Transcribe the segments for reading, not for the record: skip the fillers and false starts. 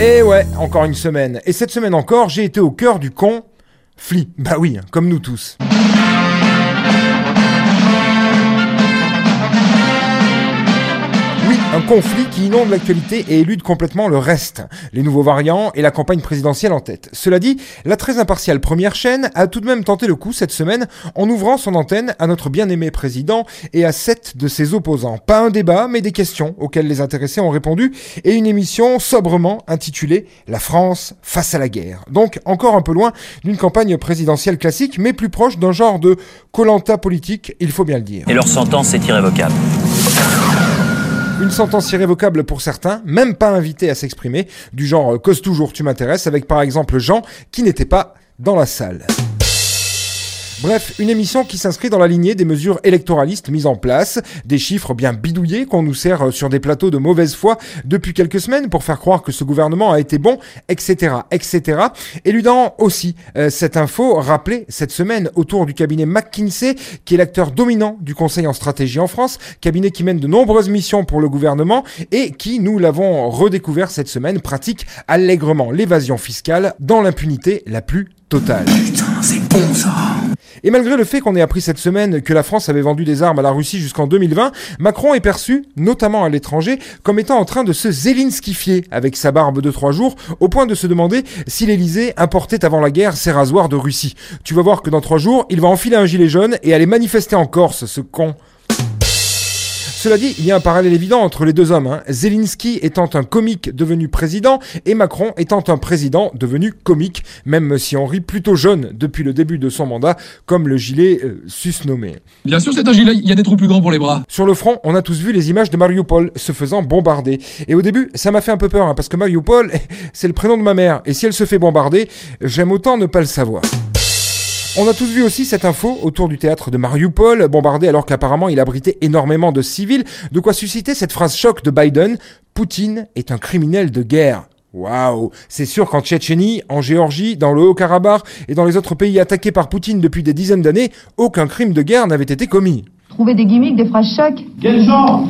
Et ouais, encore une semaine. Et cette semaine encore, j'ai été au cœur du conflit. Bah oui, comme nous tous. Un conflit qui inonde l'actualité et élude complètement le reste. Les nouveaux variants et la campagne présidentielle en tête. Cela dit, la très impartiale première chaîne a tout de même tenté le coup cette semaine en ouvrant son antenne à notre bien-aimé président et à 7 de ses opposants. Pas un débat, mais des questions auxquelles les intéressés ont répondu et une émission sobrement intitulée « La France face à la guerre ». Donc encore un peu loin d'une campagne présidentielle classique, mais plus proche d'un genre de Koh-Lanta politique, il faut bien le dire. Et leur sentence est irrévocable. Une sentence irrévocable pour certains, même pas invités à s'exprimer, du genre « cause toujours, tu m'intéresses » avec par exemple Jean qui n'était pas dans la salle. Bref, une émission qui s'inscrit dans la lignée des mesures électoralistes mises en place, des chiffres bien bidouillés qu'on nous sert sur des plateaux de mauvaise foi depuis quelques semaines pour faire croire que ce gouvernement a été bon, etc., etc. Éludant aussi cette info rappelée cette semaine autour du cabinet McKinsey, qui est l'acteur dominant du conseil en stratégie en France, cabinet qui mène de nombreuses missions pour le gouvernement et qui, nous l'avons redécouvert cette semaine, pratique allègrement l'évasion fiscale dans l'impunité la plus totale. Putain, c'est bon ça. Et malgré le fait qu'on ait appris cette semaine que la France avait vendu des armes à la Russie jusqu'en 2020, Macron est perçu, notamment à l'étranger, comme étant en train de se zélinskifier avec sa barbe de 3 jours, au point de se demander si l'Elysée importait avant la guerre ses rasoirs de Russie. Tu vas voir que dans 3 jours, il va enfiler un gilet jaune et aller manifester en Corse, ce con. Cela dit, il y a un parallèle évident entre les deux hommes. Zelensky étant un comique devenu président et Macron étant un président devenu comique, même si on rit plutôt jeune depuis le début de son mandat, comme le gilet susnommé. Bien sûr, c'est un gilet, il y a des trous plus grands pour les bras. Sur le front, on a tous vu les images de Mariupol se faisant bombarder. Et au début, ça m'a fait un peu peur, parce que Mariupol, c'est le prénom de ma mère. Et si elle se fait bombarder, j'aime autant ne pas le savoir. On a tous vu aussi cette info autour du théâtre de Mariupol, bombardé alors qu'apparemment il abritait énormément de civils, de quoi susciter cette phrase choc de Biden « Poutine est un criminel de guerre ». Waouh, c'est sûr qu'en Tchétchénie, en Géorgie, dans le Haut-Karabakh et dans les autres pays attaqués par Poutine depuis des dizaines d'années, aucun crime de guerre n'avait été commis. Trouver des gimmicks, des phrases chocs. Quel genre?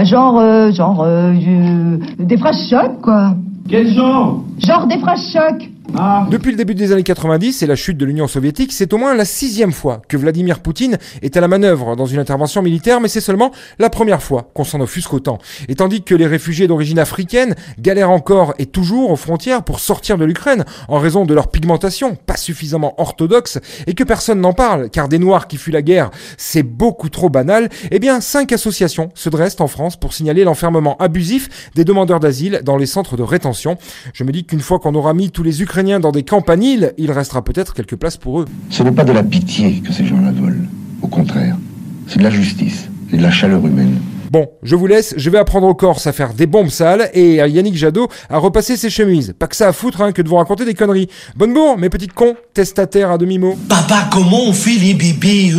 Des phrases chocs, quoi. Quel genre? Genre des phrases chocs. Ah. Depuis le début des années 90 et la chute de l'Union soviétique, c'est au moins la 6e fois que Vladimir Poutine est à la manœuvre dans une intervention militaire, mais c'est seulement la première fois qu'on s'en offusque autant. Et tandis que les réfugiés d'origine africaine galèrent encore et toujours aux frontières pour sortir de l'Ukraine en raison de leur pigmentation pas suffisamment orthodoxe et que personne n'en parle car des Noirs qui fuient la guerre, c'est beaucoup trop banal, eh bien 5 associations se dressent en France pour signaler l'enfermement abusif des demandeurs d'asile dans les centres de rétention. Je me dis qu'une fois qu'on aura mis tous les Ukrainiens dans des campaniles, il restera peut-être quelques places pour eux. Ce n'est pas de la pitié que ces gens-là veulent. Au contraire, c'est de la justice et de la chaleur humaine. Bon, je vous laisse, je vais apprendre aux Corses à faire des bombes sales et à Yannick Jadot à repasser ses chemises. Pas que ça à foutre que de vous raconter des conneries. Bonne bourre, mes petites cons, testataires à demi-mot. Papa, comment on fait les bébés,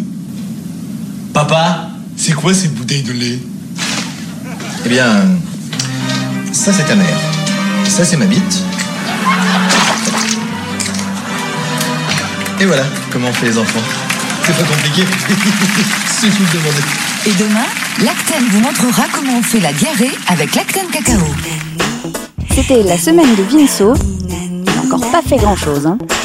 Papa, c'est quoi ces bouteilles de lait? Eh bien, ça c'est ta mère. Ça c'est ma bite. Et voilà comment on fait les enfants. C'est pas compliqué. C'est tout de demander. Et demain, Lactène vous montrera comment on fait la diarrhée avec Lactène Cacao. C'était la semaine de Vinceau. Il n'a encore pas fait grand-chose,